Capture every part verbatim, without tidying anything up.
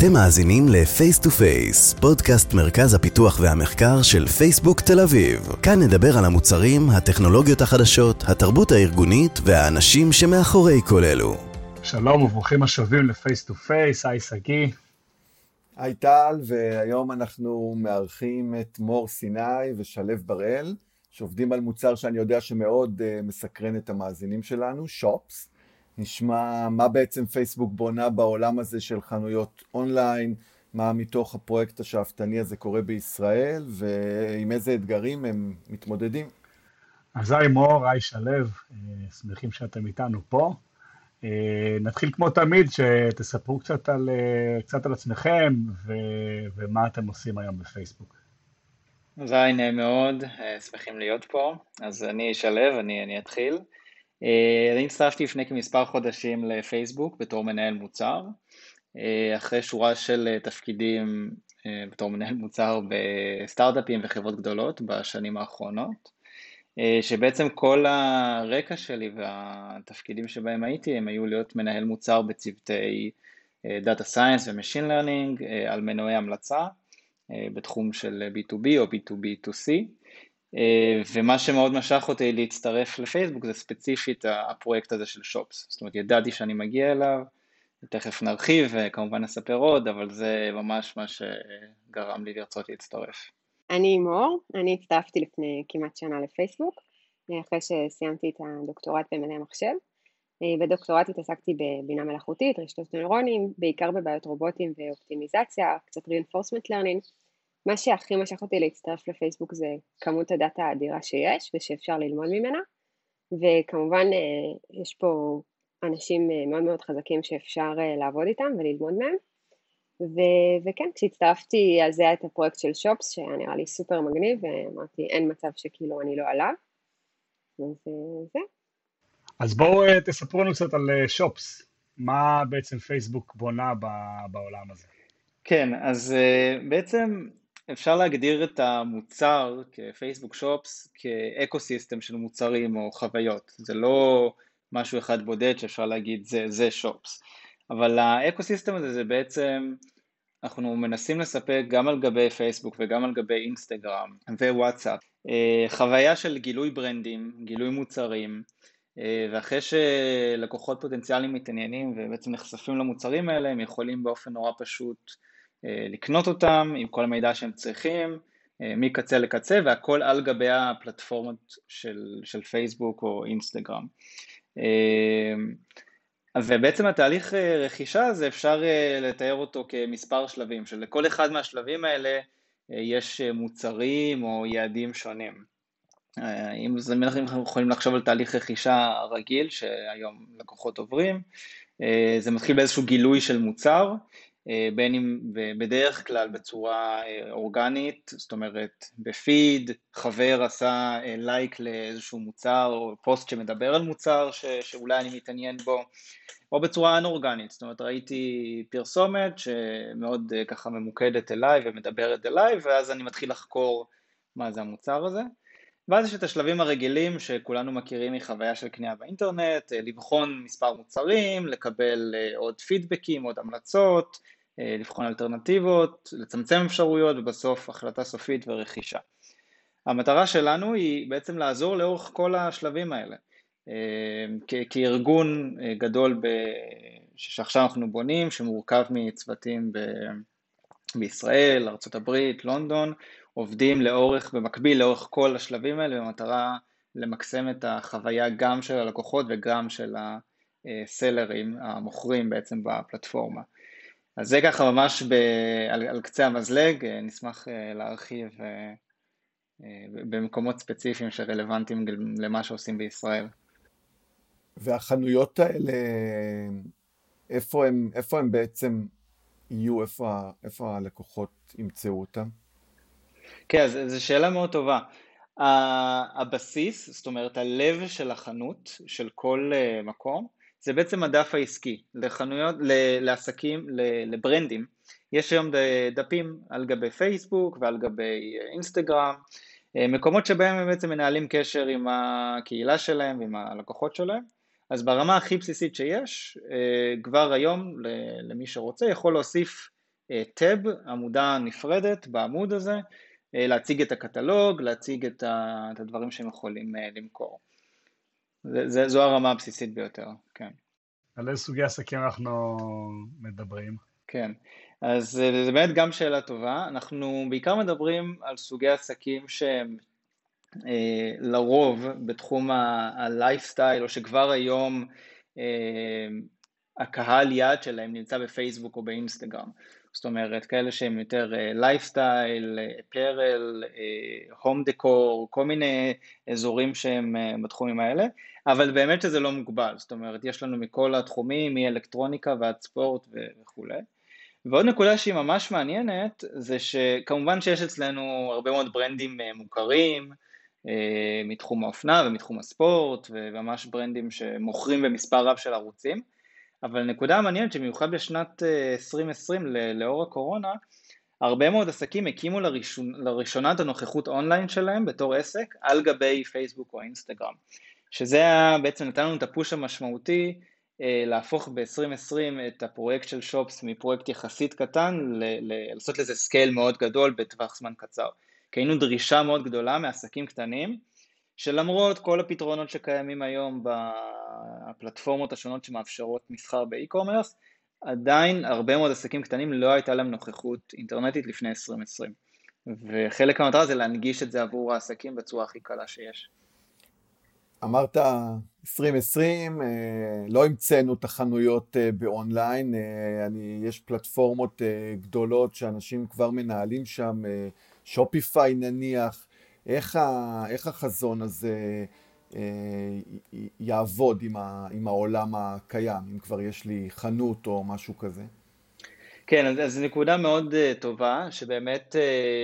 אתם מאזינים ל-Face to Face, פודקאסט מרכז הפיתוח והמחקר של פייסבוק תל אביב. כאן נדבר על המוצרים, הטכנולוגיות החדשות, התרבות הארגונית והאנשים שמאחורי כל אלו. שלום וברוכים השבים ל-Face to Face, היי סגי. היי טל, והיום אנחנו מארחים את מור סיני ושלב בראל, שעובדים על מוצר שאני יודע שמאוד uh, מסקרן את המאזינים שלנו, שופס. נשמע מה בעצם פייסבוק בונה בעולם הזה של חנויות אונליין, מה מתוך הפרויקט השאפתני הזה קורה בישראל, ועם איזה אתגרים הם מתמודדים. אז היי מור, היי שלב, שמחים שאתם איתנו פה. נתחיל כמו תמיד, שתספרו קצת על, קצת על עצמכם, ו, ומה אתם עושים היום בפייסבוק. אז היי, נעים מאוד, שמחים להיות פה. אז אני שלב, אני, אני אתחיל. אני הצטרפתי לפני כמספר חודשים לפייסבוק בתור מנהל מוצר, אחרי שורה של תפקידים בתור מנהל מוצר בסטארט-אפים וחברות גדולות בשנים האחרונות, שבעצם כל הרקע שלי והתפקידים שבהם הייתי הם היו להיות מנהל מוצר בצוותי Data Science ו-Machine Learning על מנועי המלצה בתחום של בי טו בי או בי טו בי טו סי. ומה שמאוד משך אותי להצטרף לפייסבוק זה ספציפית הפרויקט הזה של שופס. זאת אומרת, ידעתי שאני מגיע אליו, תכף נרחיב וכמובן נספר עוד, אבל זה ממש מה שגרם לי לרצות להצטרף. אני מור, אני הצטרפתי לפני כמעט שנה לפייסבוק, אחרי שסיימתי את הדוקטורט במדעי המחשב. בדוקטורט התעסקתי בבינה מלאכותית, רשתות נוירונים, בעיקר בבעיות רובוטים ואופטימיזציה, קצת reinforcement learning. מה שהכי משך אותי להצטרף לפייסבוק זה כמות הדאטה האדירה שיש ושאפשר ללמוד ממנה, וכמובן יש פה אנשים מאוד מאוד חזקים שאפשר לעבוד איתם וללמוד מהם, ו- וכן, כשהצטרפתי אז זה היה את הפרויקט של שופס שהיה נראה לי סופר מגניב, ואמרתי אין מצב שכאילו אני לא עליו, אז זה. אז בואו תספרו לנו קצת על שופס, מה בעצם פייסבוק בונה בעולם הזה. כן, אז בעצם אפשר להגדיר את המוצר כפייסבוק שופס כאקוסיסטם של מוצרים או חוויות. זה לא משהו אחד בודד שאפשר להגיד זה, זה שופס. אבל האקוסיסטם הזה זה בעצם, אנחנו מנסים לספק גם על גבי פייסבוק וגם על גבי אינסטגרם ווואטסאפ, חוויה של גילוי ברנדים, גילוי מוצרים, ואחרי שלקוחות פוטנציאליים מתעניינים ובעצם נחשפים למוצרים האלה, הם יכולים באופן נורא פשוט לקנות אותם עם כל המידע שהם צריכים, מקצה לקצה, והכל על גבי הפלטפורמות של, של פייסבוק או אינסטגרם. ובעצם התהליך רכישה הזה אפשר לתאר אותו כמספר שלבים, שלכל אחד מהשלבים האלה יש מוצרים או יעדים שונים. אם אנחנו יכולים לחשוב על תהליך רכישה רגיל שהיום לקוחות עוברים, זה מתחיל באיזשהו גילוי של מוצר, בין אם בדרך כלל בצורה אורגנית, זאת אומרת בפיד, חבר עשה לייק לאיזשהו מוצר או פוסט שמדבר על מוצר ש, שאולי אני מתעניין בו, או בצורה אנאורגנית, זאת אומרת ראיתי פרסומת שמאוד ככה ממוקדת אליי ומדברת אליי, ואז אני מתחיל לחקור מה זה המוצר הזה. ואז יש את השלבים הרגילים שכולנו מכירים מחוויה של קנייה באינטרנט, לבחון מספר מוצרים, לקבל עוד פידבקים, עוד המלצות, לבחון אלטרנטיבות, לצמצם אפשרויות ובסוף החלטה סופית ורכישה. המטרה שלנו היא בעצם לעזור לאורך כל השלבים האלה. כארגון גדול שעכשיו אנחנו בונים, שמורכב מצוותים בישראל, ארצות הברית, לונדון, עובדים לאורך, במקביל לאורך כל השלבים האלה, במטרה למקסם את החוויה גם של הלקוחות וגם של הסלרים, המוכרים בעצם בפלטפורמה. אז זה ככה ממש ב, על, על קצה המזלג, נשמח להרחיב במקומות ספציפיים שרלוונטיים למה שעושים בישראל. והחנויות האלה, איפה הם, איפה הם בעצם יהיו, איפה, איפה הלקוחות ימצאו אותם? כן, אז זו שאלה מאוד טובה. הבסיס, זאת אומרת הלב של החנות, של כל מקום, זה בעצם הדף העסקי, לחנויות, לעסקים, לברנדים. יש היום דפים על גבי פייסבוק ועל גבי אינסטגרם, מקומות שבהם הם בעצם מנהלים קשר עם הקהילה שלהם ועם הלקוחות שלהם. אז ברמה הכי בסיסית שיש, כבר היום למי שרוצה יכול להוסיף טאב, עמודה נפרדת בעמוד הזה, להציג את הקטלוג, להציג את הדברים שהם יכולים למכור. זה, זו הרמה הבסיסית ביותר, כן. על איזה סוגי עסקים אנחנו מדברים? כן, אז זה באמת גם שאלה טובה. אנחנו בעיקר מדברים על סוגי עסקים שהם אה, לרוב בתחום הלייפסטייל, או שכבר היום אה, הקהל יעד שלהם נמצא בפייסבוק או באינסטגרם. זאת אומרת, כאלה שהם יותר לייפסטייל, אפרל, הום דקור, כל מיני אזורים שהם בתחומים האלה, אבל באמת שזה לא מוגבל. זאת אומרת, יש לנו מכל התחומים, מאלקטרוניקה ועד ספורט וכו'. ועוד נקודה שהיא ממש מעניינת, זה שכמובן שיש אצלנו הרבה מאוד ברנדים מוכרים, מתחום האופנה ומתחום הספורט, וממש ברנדים שמוכרים במספר רב של ערוצים, אבל נקודה מעניינת שמיוחד בשנת עשרים עשרים לאור הקורונה, הרבה מאוד עסקים הקימו לראשון, לראשונה את הנוכחות אונליין שלהם בתור עסק על גבי פייסבוק או אינסטגרם, שזה בעצם נתן לנו את הפוש המשמעותי להפוך ב-עשרים עשרים את הפרויקט של שופס מפרויקט יחסית קטן, לעשות לזה סקייל מאוד גדול בטווח זמן קצר. כי היינו דרישה מאוד גדולה מעסקים קטנים, שלמרות כל הפתרונות שקיימים היום בפלטפורמות השונות שמאפשרות מסחר באי-קומרס, עדיין הרבה מאוד עסקים קטנים לא הייתה להם נוכחות אינטרנטית לפני עשרים עשרים. וחלק מהמטרה זה להנגיש את זה עבור העסקים בצורה הכי קלה שיש. אמרת עשרים עשרים, לא המצאנו את החנויות באונליין, אני, יש פלטפורמות גדולות שאנשים כבר מנהלים שם, שופיפיי נניח, איך, ה, איך החזון הזה יעבוד עם, ה, עם העולם הקיים, אם כבר יש לי חנות או משהו כזה? כן, אז, אז נקודה מאוד טובה, שבאמת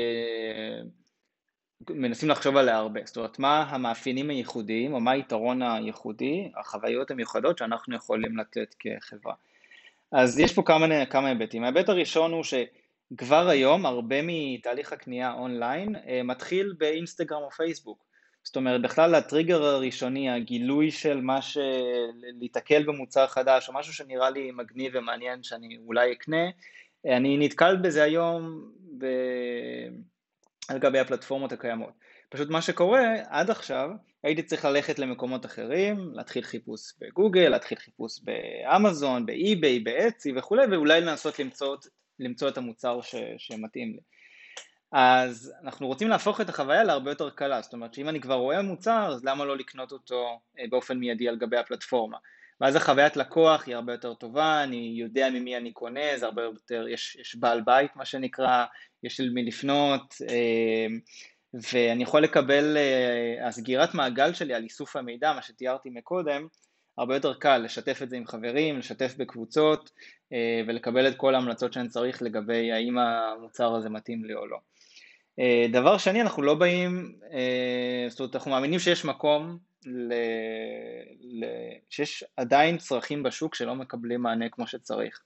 מנסים לחשוב עליה הרבה. זאת אומרת, מה המאפיינים הייחודיים, או מה היתרון הייחודי, החוויות המיוחדות שאנחנו יכולים לתת כחברה. אז יש פה כמה, כמה היבטים. ההיבט הראשון הוא שכבר היום הרבה מתהליך הקנייה אונליין מתחיל באינסטגרם או פייסבוק. זאת אומרת, בכלל הטריגר הראשוני, הגילוי של מה של להתקל במוצר חדש, או משהו שנראה לי מגניב ומעניין שאני אולי אקנה, אני נתקל בזה היום ב... על גבי הפלטפורמות הקיימות. פשוט מה שקורה עד עכשיו, הייתי צריך ללכת למקומות אחרים, להתחיל חיפוש בגוגל, להתחיל חיפוש באמזון, באי-ביי, באצי וכו', ואולי לנסות למצוא, למצוא את המוצר ש... שמתאים לי. אז אנחנו רוצים להפוך את החוויה להרבה יותר קלה, זאת אומרת שאם אני כבר רואה מוצר, אז למה לא לקנות אותו באופן מיידי על גבי הפלטפורמה? ואז החוויית לקוח היא הרבה יותר טובה, אני יודע ממי אני קונה, זה הרבה יותר, יש, יש בעל בית מה שנקרא, יש של מי לפנות, ואני יכול לקבל, הסגירת מעגל שלי על איסוף המידע, מה שתיארתי מקודם, הרבה יותר קל לשתף את זה עם חברים, לשתף בקבוצות, ולקבל את כל ההמלצות שאני צריך לגבי האם המוצר הזה מתאים לי או לא. דבר שני, אנחנו לא באים, זאת אומרת, אנחנו מאמינים שיש מקום, ל... ל... שיש עדיין צרכים בשוק שלא מקבלים מענה כמו שצריך.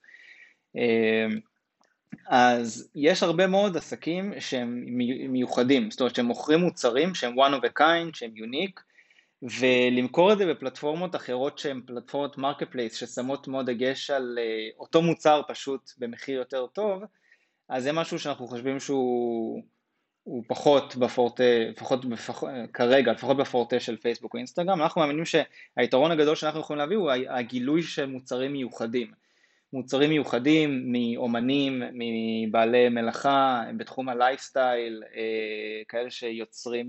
אז יש הרבה מאוד עסקים שהם מיוחדים, זאת אומרת שהם מוכרים מוצרים שהם one of a kind, שהם unique, ולמכור את זה בפלטפורמות אחרות שהן פלטפורמות מרקטפלייס ששמות מאוד דגש על אותו מוצר פשוט במחיר יותר טוב, אז זה משהו שאנחנו חושבים שהוא הוא פחות בפורטה, לפחות בפחות, כרגע, לפחות בפורטה של פייסבוק או אינסטגרם. אנחנו מאמינים שהיתרון הגדול שאנחנו יכולים להביא הוא הגילוי של מוצרים מיוחדים. מוצרים מיוחדים מאומנים, מבעלי מלאכה, בתחום הלייפסטייל, כאלה שיוצרים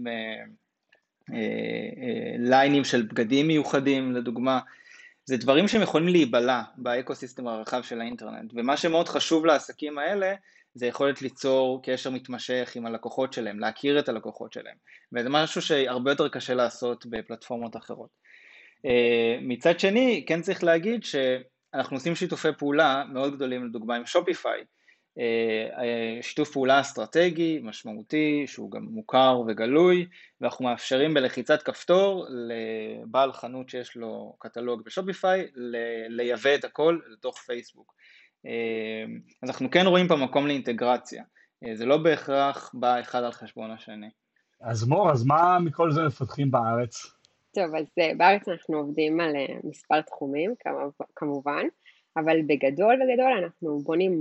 ליינים של בגדים מיוחדים, לדוגמה. זה דברים שהם יכולים להיבלע באקוסיסטם הרחב של האינטרנט, ומה שמאוד חשוב לעסקים האלה, זה יכולת ליצור קשר מתמשך עם הלקוחות שלהם, להכיר את הלקוחות שלהם, וזה משהו שהרבה יותר קשה לעשות בפלטפורמות אחרות. מצד שני, כן צריך להגיד שאנחנו עושים שיתופי פעולה מאוד גדולים, לדוגמה עם שופיפיי, שיתוף פעולה אסטרטגי, משמעותי, שהוא גם מוכר וגלוי, ואנחנו מאפשרים בלחיצת כפתור לבעל חנות שיש לו קטלוג בשופיפיי, לייבא את הכל לתוך פייסבוק. אז אנחנו כן רואים פה מקום לאינטגרציה, זה לא בהכרח בא אחד על חשבון השני. אז מור, אז מה מכל זה מפתחים בארץ? טוב, אז בארץ אנחנו עובדים על מספר תחומים, כמובן, אבל בגדול בגדול אנחנו בונים מוח,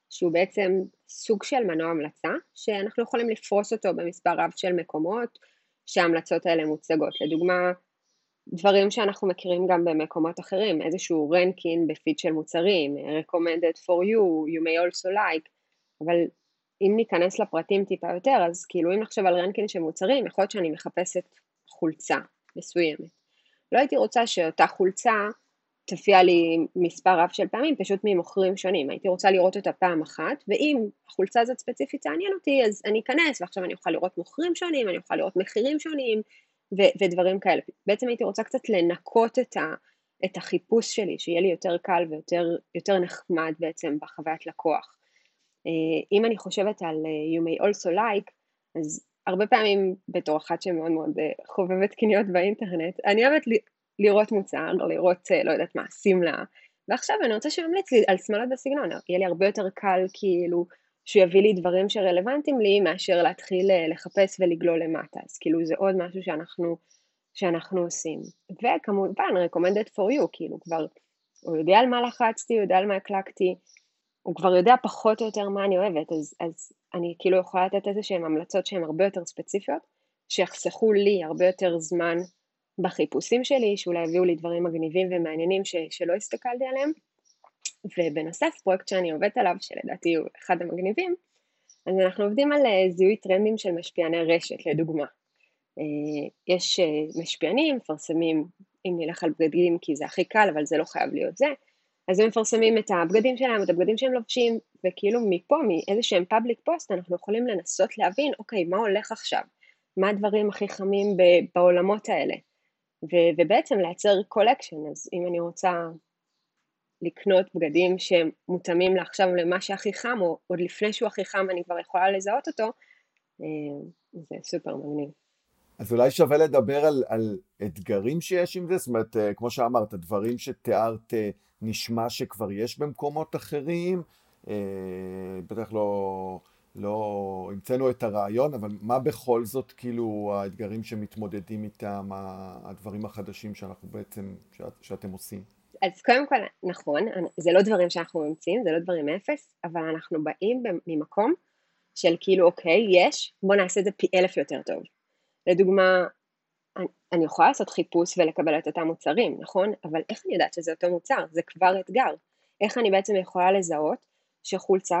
שהוא בעצם סוג של מנוע המלצה, שאנחנו יכולים לפרוס אותו במספר רב של מקומות שההמלצות האלה מוצגות. לדוגמה, דברים שאנחנו מכירים גם במקומות אחרים, איזשהו רנקין בפיד של מוצרים, recommended for you, you may also like, אבל אם ניכנס לפרטים טיפה יותר, אז כאילו אם נחשב על רנקין של מוצרים, יכול להיות שאני מחפשת חולצה מסוימת. לא הייתי רוצה שאותה חולצה תופיע לי מספר רב של פעמים, פשוט ממוכרים שונים. הייתי רוצה לראות אותה פעם אחת, ואם החולצה הזאת ספציפית תעניין אותי, אז אני אכנס, ועכשיו אני אוכל לראות מוכרים שונים, אני אוכל לראות מחירים שונים, ו- ודברים כאלה. בעצם הייתי רוצה קצת לנקות את, ה- את החיפוש שלי, שיהיה לי יותר קל ויותר יותר נחמד בעצם בחוויית לקוח. אם אני חושבת על you may also like, אז הרבה פעמים בתור אחת שמאוד מאוד חובבת קניות באינטרנט, אני אוהבת לראות מוצר, לראות, לא יודעת מה, סמלה, ועכשיו אני רוצה שממליץ לי על שמלות בסגנון, יהיה לי הרבה יותר קל כאילו שהוא יביא לי דברים שרלוונטיים לי, מאשר להתחיל לחפש ולגלול למטה, אז כאילו זה עוד משהו שאנחנו, שאנחנו עושים. וכמובן, recommended for you, כאילו כבר, הוא יודע על מה לחצתי, הוא יודע על מה הקלקתי, הוא כבר יודע פחות או יותר מה אני אוהבת, אז, אז אני כאילו יכולה לתת איזה שהן המלצות שהן הרבה יותר ספציפיות, שיחסכו לי הרבה יותר זמן בחיפושים שלי, שאולי הביאו לי דברים מגניבים ומעניינים ש, שלא הסתכלתי עליהם, ובנוסף פרויקט שאני עובדת עליו, שלדעתי הוא אחד המגניבים, אז אנחנו עובדים על זיהוי טרנדים של משפיעני רשת, לדוגמה. יש משפיענים, מפרסמים, אם נלך על בגדים כי זה הכי קל, אבל זה לא חייב להיות זה, אז הם מפרסמים את הבגדים שלהם, את הבגדים שהם לובשים, וכאילו מפה, מאיזה שהם פאבליק פוסט, אנחנו יכולים לנסות להבין, אוקיי, מה הולך עכשיו? מה הדברים הכי חמים בעולמות האלה? ו- ובעצם לייצר קולקשן, אז אם אני רוצה לקנות בגדים שהם מותאמים לעכשיו למה שהכי חם, או עוד לפני שהוא הכי חם, אני כבר יכולה לזהות אותו, זה סופר מגניב. אז אולי שווה לדבר על, על אתגרים שיש עם זה, זאת אומרת, כמו שאמרת, דברים שתיארת נשמע שכבר יש במקומות אחרים, בטח לא, לא המצאנו את הרעיון, אבל מה בכל זאת כאילו האתגרים שמתמודדים איתם, הדברים החדשים שאנחנו בעצם, שאת, שאתם עושים? אז קודם כל, נכון, זה לא דברים שאנחנו ממציאים, זה לא דברים אפס, אבל אנחנו באים ממקום של כאילו, אוקיי, יש, בוא נעשה את זה פי אלף יותר טוב. לדוגמה, אני, אני יכולה לעשות חיפוש ולקבל את אותם מוצרים, נכון? אבל איך אני יודעת שזה אותו מוצר? זה כבר אתגר. איך אני בעצם יכולה לזהות שחולצה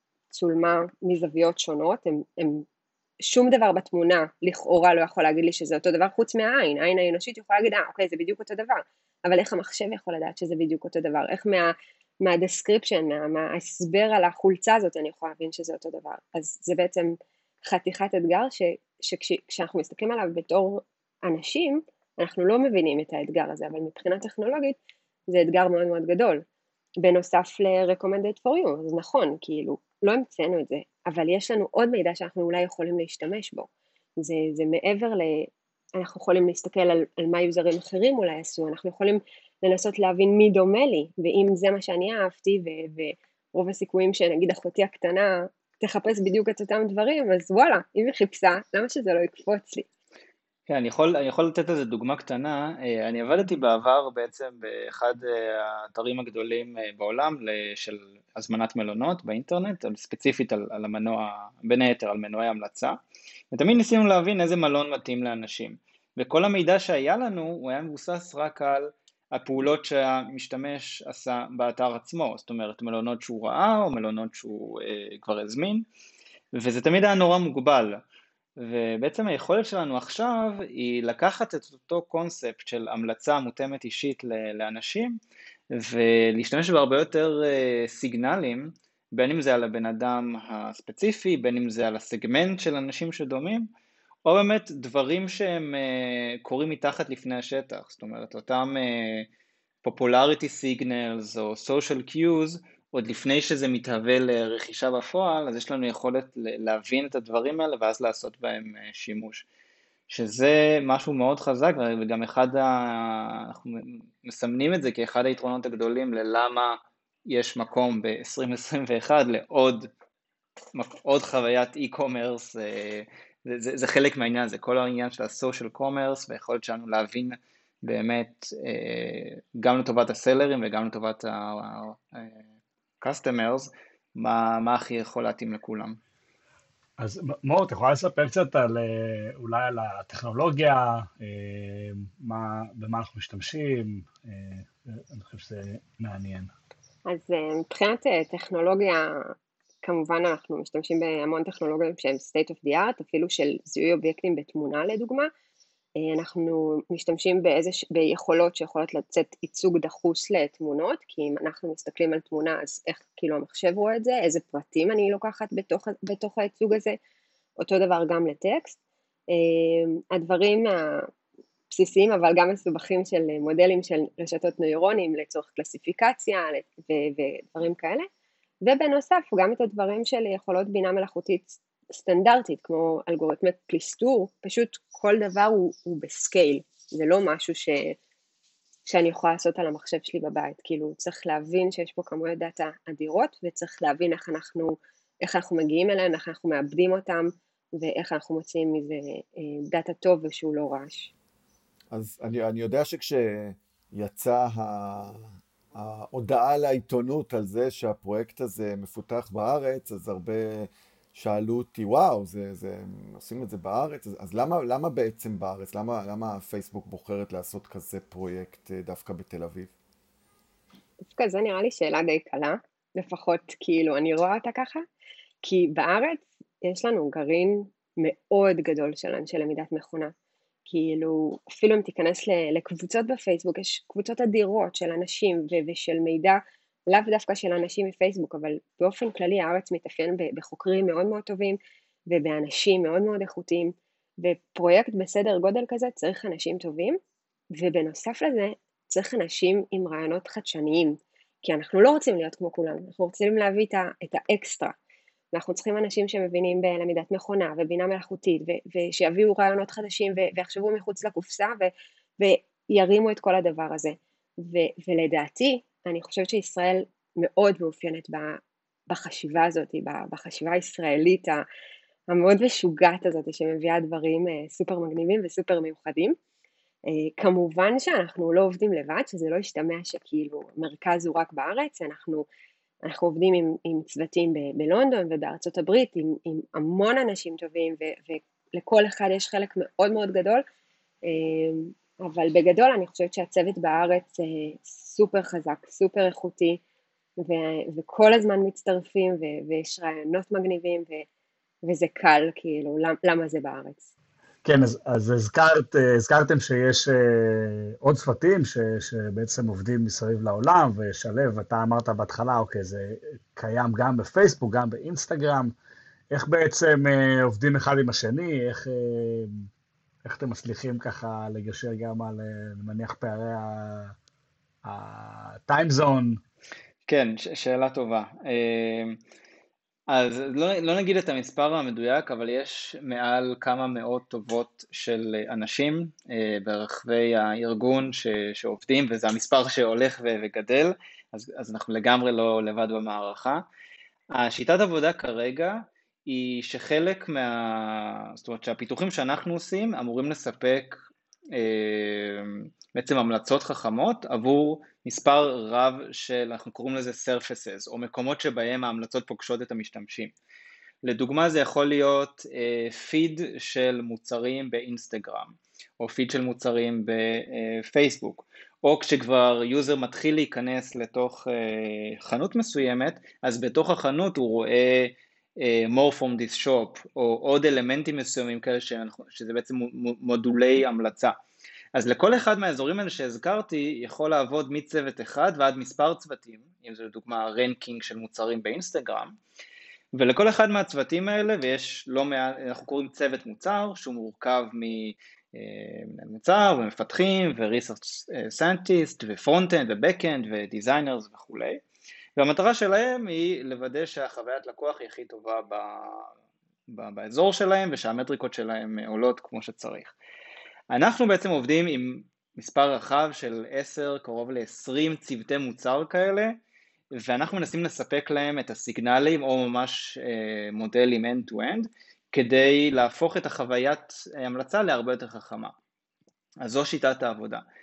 שצולמה מזוויות שונות, הם, הם, שום דבר בתמונה לכאורה לא יכול להגיד לי שזה אותו דבר חוץ מהעין, העין האנושית יכולה להגיד, אה, אוקיי, זה בדיוק אותו דבר, אבל איך המחשב יכול לדעת שזה בדיוק אותו דבר? איך מה, מהדסקריפשן, מה, מההסבר על החולצה הזאת אני יכולה להבין שזה אותו דבר? אז זה בעצם חתיכת אתגר ש, שכשאנחנו מסתכלים עליו בתור אנשים, אנחנו לא מבינים את האתגר הזה, אבל מבחינה טכנולוגית זה אתגר מאוד מאוד גדול. בנוסף ל-recommended for you, אז נכון, כאילו, לא המצאנו את זה, אבל יש לנו עוד מידע שאנחנו אולי יכולים להשתמש בו. זה, זה מעבר ל... אנחנו יכולים להסתכל על, על מה יוזרים אחרים אולי עשו, אנחנו יכולים לנסות להבין מי דומה לי, ואם זה מה שאני אהבתי, ו, ורוב הסיכויים שנגיד אחותי הקטנה תחפש בדיוק את אותם דברים, אז וואלה, אם היא חיפשה, למה שזה לא יקפוץ לי? כן, אני יכול, אני יכול לתת לזה דוגמה קטנה. אני עבדתי בעבר בעצם באחד האתרים הגדולים בעולם של הזמנת מלונות באינטרנט, ספציפית על, על המנוע, בין היתר על מנועי המלצה, ותמיד ניסינו להבין איזה מלון מתאים לאנשים. וכל המידע שהיה לנו הוא היה מבוסס רק על הפעולות שהמשתמש עשה באתר עצמו, זאת אומרת מלונות שהוא ראה או מלונות שהוא אה, כבר הזמין, וזה תמיד היה נורא מוגבל. ובעצם היכולת שלנו עכשיו היא לקחת את אותו קונספט של המלצה מותאמת אישית לאנשים ולהשתמש בהרבה יותר סיגנלים, בין אם זה על הבן אדם הספציפי, בין אם זה על הסגמנט של אנשים שדומים, או באמת דברים שהם קורים מתחת לפני השטח, זאת אומרת אותם popularity signals או social cues, עוד לפני שזה מתהווה לרכישה בפועל, אז יש לנו יכולת להבין את הדברים האלה ואז לעשות בהם שימוש. שזה משהו מאוד חזק, וגם אחד, ה... אנחנו מסמנים את זה כאחד היתרונות הגדולים ללמה יש מקום ב-עשרים עשרים ואחת לעוד עוד חוויית e-commerce, זה, זה, זה חלק מהעניין, זה כל העניין של ה-social commerce, והיכולת שלנו להבין באמת גם לטובת הסלרים וגם לטובת ה... customers, מה, מה הכי יכול להתאים לכולם. אז מור, את יכולה לספר קצת על, אולי על הטכנולוגיה, מה, במה אנחנו משתמשים, אני חושב שזה מעניין. אז מבחינת טכנולוגיה, כמובן אנחנו משתמשים בהמון טכנולוגיות שהן state of the art, אפילו של זיהוי אובייקטים בתמונה לדוגמה. אנחנו משתמשים באיזה, ביכולות שיכולות לצאת ייצוג דחוס לתמונות, כי אם אנחנו מסתכלים על תמונה, אז איך כאילו המחשב רואה את זה, איזה פרטים אני לוקחת בתוך, בתוך הייצוג הזה, אותו דבר גם לטקסט. הדברים הבסיסיים אבל גם מסובכים של מודלים של רשתות נוירונים לצורך קלסיפיקציה ודברים כאלה, ובנוסף גם את הדברים של יכולות בינה מלאכותית סטנדרטית, כמו אלגוריתמי פליסטור, פשוט כל דבר הוא, הוא בסקייל, זה לא משהו ש, שאני יכולה לעשות על המחשב שלי בבית, כאילו צריך להבין שיש פה כמויות דאטה אדירות, וצריך להבין איך אנחנו, איך אנחנו מגיעים אליהם, איך אנחנו מאבדים אותם, ואיך אנחנו מוצאים מזה דאטה טוב ושהוא לא רעש. אז אני, אני יודע שכשיצא ההודעה לעיתונות על זה שהפרויקט הזה מפותח בארץ, אז הרבה שאלו אותי, וואו, זה, זה, עושים את זה בארץ, אז למה, למה בעצם בארץ? למה, למה פייסבוק בוחרת לעשות כזה פרויקט דווקא בתל אביב? דווקא זה נראה לי שאלה די קלה, לפחות כאילו אני רואה אותה ככה, כי בארץ יש לנו גרעין מאוד גדול של אנשי למידת מכונה, כאילו אפילו אם תיכנס לקבוצות בפייסבוק, יש קבוצות אדירות של אנשים ושל מידע, לאו דווקא של אנשים מפייסבוק, אבל באופן כללי הארץ מתאפיין בחוקרים מאוד מאוד טובים, ובאנשים מאוד מאוד איכותיים, ופרויקט בסדר גודל כזה צריך אנשים טובים, ובנוסף לזה צריך אנשים עם רעיונות חדשניים, כי אנחנו לא רוצים להיות כמו כולם, אנחנו רוצים להביא את האקסטרה, ואנחנו צריכים אנשים שמבינים בלמידת מכונה ובינה מלאכותית, ושיביאו רעיונות חדשים ויחשבו מחוץ לקופסה, וירימו את כל הדבר הזה, ולדעתי, אני חושבת שישראל מאוד מאופיינת בחשיבה הזאת, בחשיבה הישראלית המאוד משוגעת הזאת, שמביאה דברים סופר מגניבים וסופר מיוחדים. כמובן שאנחנו לא עובדים לבד, שזה לא ישתמע שכאילו מרכז הוא רק בארץ, אנחנו, אנחנו עובדים עם, עם צוותים ב- בלונדון ובארצות הברית, עם, עם המון אנשים טובים, ו, ולכל אחד יש חלק מאוד מאוד גדול, אבל בגדול אני חושבת שהצוות בארץ סופר חזק, סופר איכותי, ו- וכל הזמן מצטרפים, ו- ויש רעיונות מגניבים, ו- וזה קל, כאילו, למ- למה זה בארץ? כן, אז, אז הזכרת, הזכרתם שיש uh, עוד צוותים ש, שבעצם עובדים מסביב לעולם, ושלב, אתה אמרת בהתחלה, אוקיי, זה קיים גם בפייסבוק, גם באינסטגרם, איך בעצם uh, עובדים אחד עם השני, איך... Uh, איך אתם מצליחים ככה לגשר גם על, למניח, פערי הטיים זון? כן, ש- שאלה טובה. אז לא, לא נגיד את המספר המדויק, אבל יש מעל כמה מאות טובות של אנשים ברחבי הארגון ש, שעובדים, וזה המספר שהולך ו- וגדל, אז, אז אנחנו לגמרי לא לבד במערכה. השיטת עבודה כרגע, היא שחלק מה... זאת אומרת שהפיתוחים שאנחנו עושים אמורים לספק אה, בעצם המלצות חכמות עבור מספר רב של, אנחנו קוראים לזה surfaces, או מקומות שבהם ההמלצות פוגשות את המשתמשים. לדוגמה זה יכול להיות אה, פיד של מוצרים באינסטגרם, או פיד של מוצרים בפייסבוק, או כשכבר יוזר מתחיל להיכנס לתוך אה, חנות מסוימת, אז בתוך החנות הוא רואה more from this shop, או עוד אלמנטים מסוימים כאלה שזה בעצם מודולי המלצה. אז לכל אחד מהאזורים האלה שהזכרתי יכול לעבוד מצוות אחד ועד מספר צוותים, אם זו לדוגמה רנקינג של מוצרים באינסטגרם, ולכל אחד מהצוותים האלה, ויש לא מעט, אנחנו קוראים צוות מוצר, שהוא מורכב ממוצר ומפתחים ו-research scientist ו-frontend ו-backend ו-designers וכו'. והמטרה שלהם היא לוודא שהחוויית לקוח היא הכי טובה ב, ב, באזור שלהם, ושהמטריקות שלהם עולות כמו שצריך. אנחנו בעצם עובדים עם מספר רחב של עשר, קרוב ל-עשרים צוותי מוצר כאלה, ואנחנו מנסים לספק להם את הסיגנלים, או ממש אה, מודלים end-to-end, כדי להפוך את החוויית המלצה להרבה יותר חכמה. אז זו שיטת העבודה.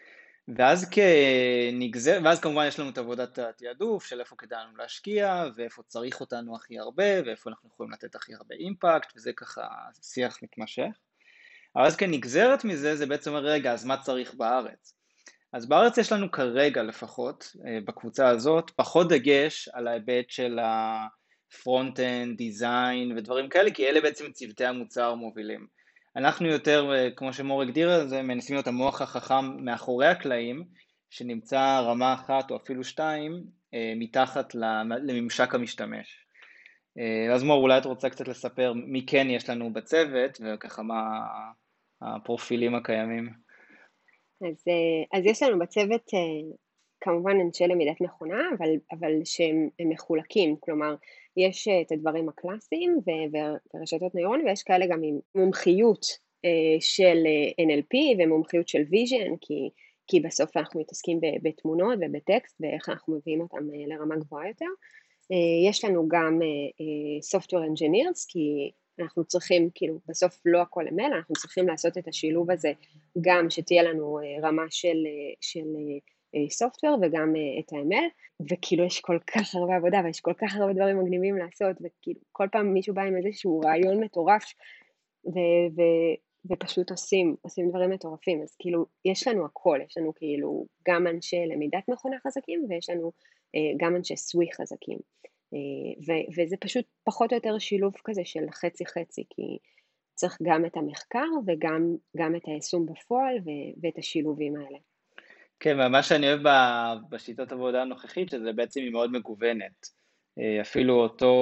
ואז כנגזר, ואז כמובן יש לנו את עבודת התיעדוף של איפה כדאי לנו להשקיע, ואיפה צריך אותנו הכי הרבה, ואיפה אנחנו יכולים לתת הכי הרבה אימפקט, וזה ככה שיח מתמשך. אבל אז כנגזרת מזה, זה בעצם אומר, רגע, אז מה צריך בארץ? אז בארץ יש לנו כרגע לפחות, בקבוצה הזאת, פחות דגש על ההיבט של הפרונט-אנד, דיזיין ודברים כאלה, כי אלה בעצם צוותי המוצר המובילים. אנחנו יותר, כמו שמור הגדיר, זה מנסים להיות המוח החכם מאחורי הקלעים, שנמצא רמה אחת או אפילו שתיים, מתחת לממשק המשתמש. אז מור, אולי את רוצה קצת לספר מי כן יש לנו בצוות, וככה מה הפרופילים הקיימים. אז, אז יש לנו בצוות כמובן אנשי למידת מכונה, אבל, אבל שהם מחולקים, כלומר, יש את הדברים הקלאסיים ורשתות נוירון, ויש כאלה גם עם מומחיות של אן אל פי ומומחיות של ויז'ן, כי, כי בסוף אנחנו מתעסקים בתמונות ובטקסט, ואיך אנחנו מביאים אותם לרמה גבוהה יותר. יש לנו גם software engineers, כי אנחנו צריכים, כאילו, בסוף לא הכל אמל, אנחנו צריכים לעשות את השילוב הזה, גם שתהיה לנו רמה של, של software וגם את ה-אם אל, וכאילו יש כל כך הרבה עבודה, ויש כל כך הרבה דברים מגניבים לעשות, וכאילו כל פעם מישהו בא עם איזשהו רעיון מטורף, ו- ו- ופשוט עושים, עושים דברים מטורפים, אז כאילו יש לנו הכל, יש לנו כאילו גם אנשי למידת מכונה חזקים, ויש לנו גם אנשי סווי חזקים, ו- וזה פשוט פחות או יותר שילוב כזה של חצי חצי, כי צריך גם את המחקר וגם גם את היישום בפועל ו- ואת השילובים האלה. כן, ומה שאני אוהב בשיטת עבודה הנוכחית, שזה בעצם היא מאוד מגוונת. אפילו אותו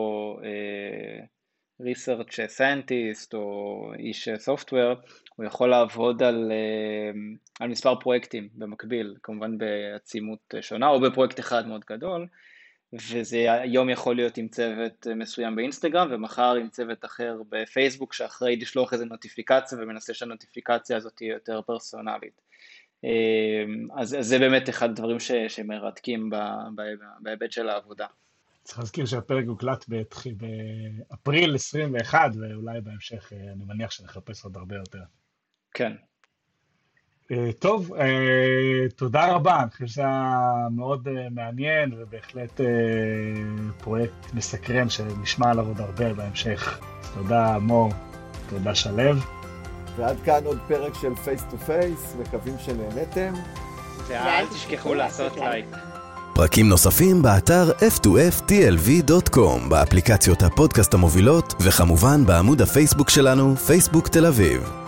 research scientist או איש software, הוא יכול לעבוד על, על מספר פרויקטים במקביל, כמובן בעצימות שונה, או בפרויקט אחד מאוד גדול, וזה היום יכול להיות עם צוות מסוים באינסטגרם, ומחר עם צוות אחר בפייסבוק, שאחראי לשלוח איזו נוטיפיקציה, ומנסה שהנוטיפיקציה הזאת תהיה יותר פרסונלית. אז זה באמת אחד הדברים שמרתקים בהיבט של העבודה. צריך להזכיר שהפרק הוקלט באפריל עשרים ואחת, ואולי בהמשך אני מניח שנחפש עוד הרבה יותר. כן. טוב, תודה רבה, אני חושב שזה מאוד מעניין, ובהחלט פרויקט מסקרן שנשמע עליו עוד הרבה בהמשך. תודה מור, תודה שלו. ועד כאן עוד פרק של פייס טו פייס, מקווים שנהנתם. ואל תשכחו לעשות לייק. פרקים נוספים באתר אף טו אף טי אל וי דוט קום, באפליקציות הפודקאסט המובילות, וכמובן בעמוד הפייסבוק שלנו, פייסבוק תל אביב.